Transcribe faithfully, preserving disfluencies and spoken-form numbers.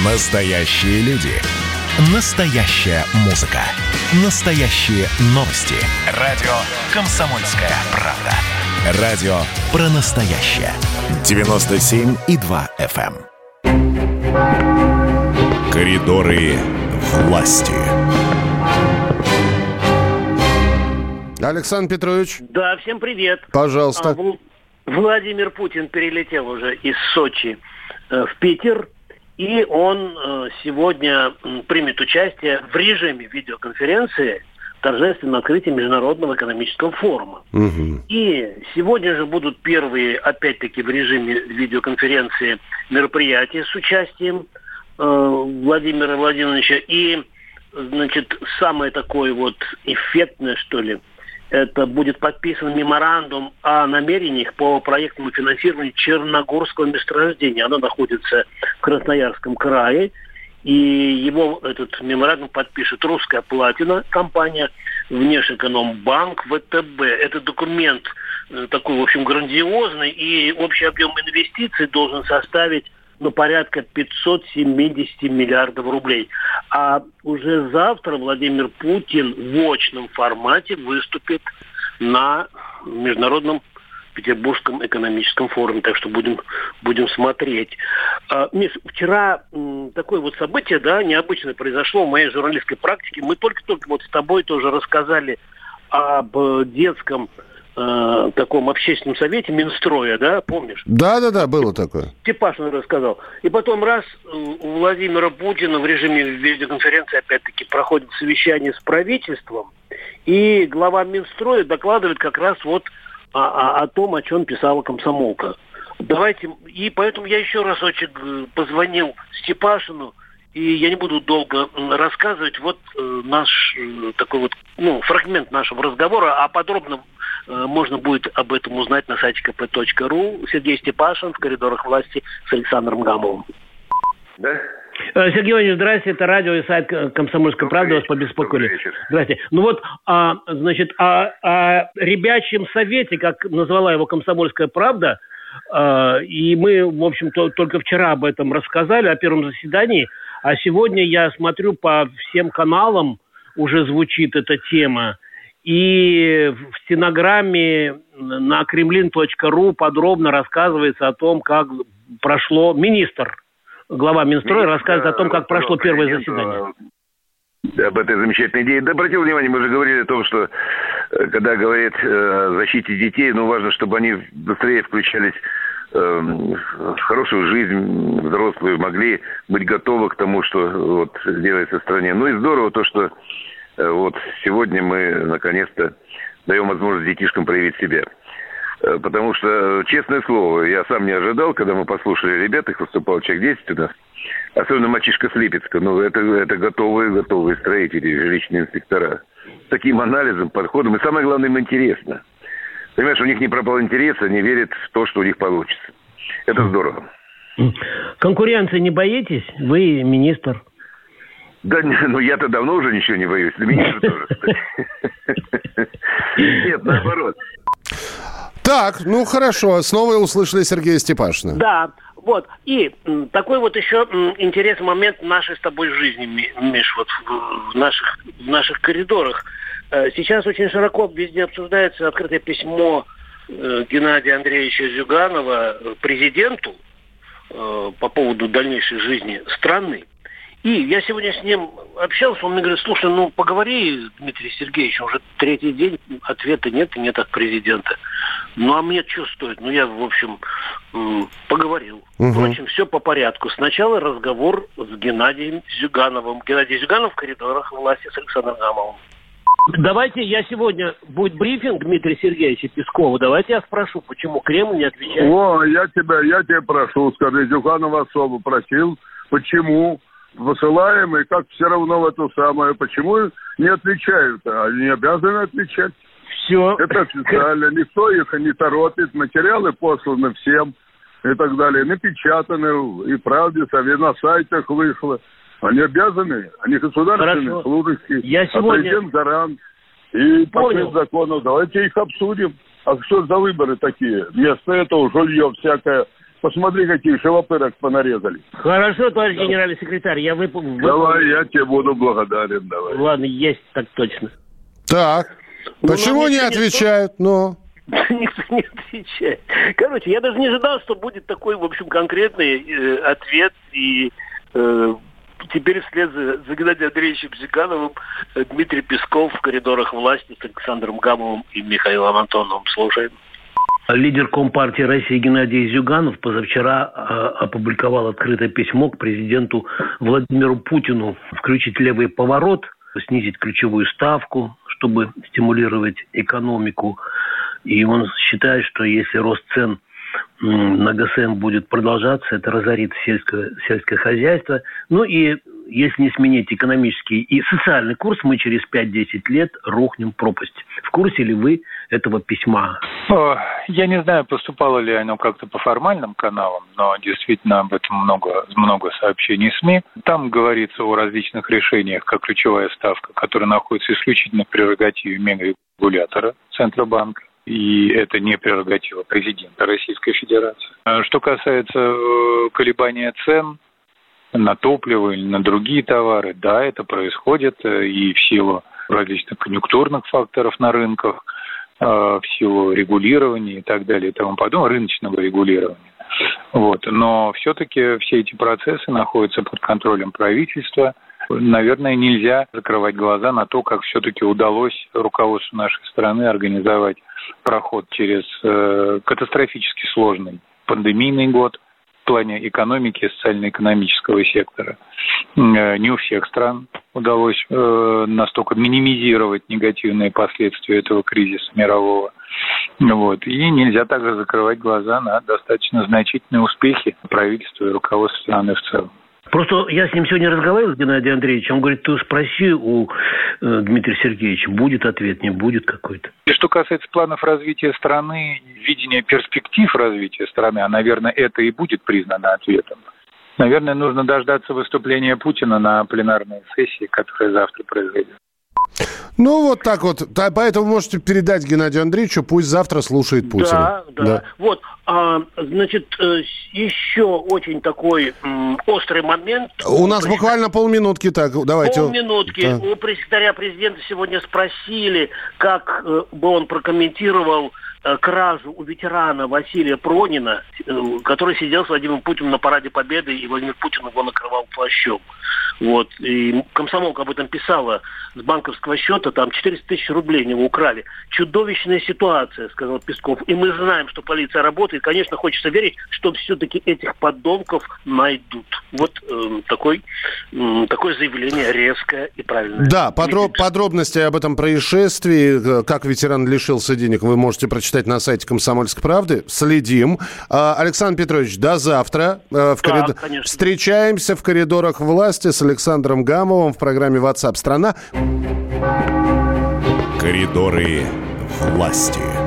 Настоящие люди. Настоящая музыка. Настоящие новости. Радио «Комсомольская правда». Радио про настоящее. девяносто семь и два эф эм. Коридоры власти. Александр Петрович. Да, всем привет. Пожалуйста. А, в... Владимир Путин перелетел уже из Сочи э, в Питер, и он э, сегодня э, примет участие в режиме видеоконференции в торжественном открытии Международного экономического форума. Угу. И сегодня же будут первые, опять-таки, в режиме видеоконференции мероприятия с участием э, Владимира Владимировича. И, значит, самое такое вот эффектное, что ли, это будет подписан меморандум о намерениях по проектному финансированию Черногорского месторождения. Оно находится в Красноярском крае. И его, этот меморандум, подпишет Русская Платина, компания, Внешэкономбанк, вэ тэ бэ. Этот документ такой, в общем, грандиозный. И общий объем инвестиций должен составить ну, порядка пятьсот семьдесят миллиардов рублей. А уже завтра Владимир Путин в очном формате выступит на Международном Петербургском экономическом форуме. Так что будем, будем смотреть. А, Миш, вчера м, такое вот событие, да, необычное произошло в моей журналистской практике. Мы только-только вот с тобой тоже рассказали об детском Э, таком общественном совете Минстроя, да, помнишь? Да-да-да, было такое. Степашин рассказал. И потом раз у Владимира Путина в режиме видеоконференции опять-таки проходит совещание с правительством, и глава Минстроя докладывает как раз вот о, о, о том, о чем писала комсомолка. Давайте, и поэтому я еще разочек позвонил Степашину, и я не буду долго рассказывать. Вот э, наш э, такой вот, ну, фрагмент нашего разговора, а подробно э, можно будет об этом узнать на сайте ка пэ точка ру. Сергей Степашин в коридорах власти с Александром Гамовым. Да? Сергей Иванович, здрасте, это радио и сайт «Комсомольская правда», вас побеспокоили. Здрасте. Ну вот, а, значит, о, о ребячьем совете, как назвала его «Комсомольская правда», а, и мы, в общем, то, только вчера об этом рассказали, о первом заседании. А сегодня я смотрю по всем каналам, уже звучит эта тема. И в стенограмме на кремлин точка ру подробно рассказывается о том, как прошло министр, глава Минстроя, рассказывает о том, как прошло первое заседание. Об этой замечательной идее. Да, обратил внимание, мы уже говорили о том, что когда говорят о защите детей, ну, важно, чтобы они быстрее включались в хорошую жизнь, взрослую, могли быть готовы к тому, что вот делается в стране. Ну и здорово то, что вот сегодня мы наконец-то даем возможность детишкам проявить себя. Потому что, честное слово, я сам не ожидал, когда мы послушали ребят, их выступало человек десять у нас, особенно мальчишка с Липецка, ну это, это готовые, готовые строители, жилищные инспектора. С таким анализом, подходом, и самое главное, им интересно. Понимаешь, у них не пропал интерес, они верят в то, что у них получится. Это здорово. Конкуренции не боитесь? Вы министр. Да, ну я-то давно уже ничего не боюсь. Да министр тоже, кстати. Нет, наоборот. Так, ну хорошо. Снова услышали Сергея Степашина. Да, вот. И м, такой вот еще м, интересный момент нашей с тобой жизни, Миш, вот в, в, наших, в наших коридорах. Сейчас очень широко везде обсуждается открытое письмо э, Геннадия Андреевича Зюганова президенту э, по поводу дальнейшей жизни страны. И я сегодня с ним общался, он мне говорит: слушай, ну поговори, Дмитрий Сергеевич, уже третий день ответа нет, нет от президента. Ну а мне что стоит? Ну я, в общем, э, поговорил. Угу. Впрочем, все по порядку. Сначала разговор с Геннадием Зюгановым. Геннадий Зюганов в коридорах власти с Александром Гамовым. Давайте я сегодня, будет брифинг Дмитрия Сергеевича Пескова, давайте я спрошу, почему Кремль не отвечает. О, я тебя, я тебя прошу, скажи, Зюганов особо просил, почему высылаем, и как все равно в эту самую, почему не отвечают, они обязаны отвечать. Все. Это официально, никто их не торопит, материалы посланы всем и так далее, напечатаны, и правде, на сайтах вышло. Они обязаны, они государственные служащие, я сегодня... а президент гарант. И по закону давайте их обсудим. А что за выборы такие? Вместо этого жулье всякое Посмотри, каких шелопырок понарезали. Хорошо, товарищ генеральный секретарь, я выполню. Давай, я тебе буду благодарен, давай. Ладно, есть так точно. Так, ну, почему не отвечают? Ну... Никто не отвечает. Короче, я даже не ожидал, что будет такой, в общем, конкретный э, ответ. И э, теперь вслед за, за Геннадием Андреевичем Зюгановым э, Дмитрий Песков в коридорах власти с Александром Гамовым и Михаилом Антоновым. Слушаем. Лидер Компартии России Геннадий Зюганов позавчера э, опубликовал открытое письмо к президенту Владимиру Путину включить левый поворот, снизить ключевую ставку, чтобы стимулировать экономику. И он считает, что если рост цен на ГСМ будет продолжаться, это разорит сельское, сельское хозяйство. Ну и если не сменить экономический и социальный курс, мы через пять-десять лет рухнем в пропасть. В курсе ли вы этого письма? Я не знаю, поступало ли оно как-то по формальным каналам, но действительно об этом много, много сообщений СМИ. Там говорится о различных решениях, как ключевая ставка, которая находится исключительно в прерогативе мегарегулятора Центробанка. И это не прерогатива президента Российской Федерации. Что касается колебания цен на топливо или на другие товары, да, это происходит и в силу различных конъюнктурных факторов на рынках, в силу регулирования и так далее и тому подобное, рыночного регулирования. Вот. Но все-таки все эти процессы находятся под контролем правительства. Наверное, нельзя закрывать глаза на то, как все-таки удалось руководству нашей страны организовать проход через э, катастрофически сложный пандемийный год в плане экономики и социально-экономического сектора. Э, не у всех стран удалось э, настолько минимизировать негативные последствия этого кризиса мирового. Вот. И нельзя также закрывать глаза на достаточно значительные успехи правительства и руководства страны в целом. Просто я с ним сегодня разговаривал, с Геннадием Андреевичем, он говорит, ты спроси у э, Дмитрия Сергеевича, будет ответ, не будет какой-то. И что касается планов развития страны, видения перспектив развития страны, а, наверное, это и будет признано ответом. Наверное, нужно дождаться выступления Путина на пленарной сессии, которая завтра произойдет. Ну, вот так вот. Поэтому можете передать Геннадию Андреевичу, пусть завтра слушает Путина. Да, да. да. Вот, а, значит, еще очень такой м, острый момент. У нас буквально полминутки, так, давайте. Полминутки. Да. У пресс-секретаря президента сегодня спросили, как э, бы он прокомментировал э, кражу у ветерана Василия Пронина, э, который сидел с Владимиром Путиным на параде Победы, и Владимир Путин его накрывал плащом. Вот. И комсомолка об этом писала с банковского счета, там четыреста тысяч рублей него украли. Чудовищная ситуация, сказал Песков. И мы знаем, что полиция работает. Конечно, хочется верить, что все-таки этих подонков найдут. Вот э, такой, э, такое заявление резкое и правильное. Да, подроб, подробности об этом происшествии, как ветеран лишился денег, вы можете прочитать на сайте «Комсомольской правды». Следим. Александр Петрович, до завтра. В коридор... да, встречаемся в коридорах власти с Александром Гамовым в программе WhatsApp страна. Коридоры власти.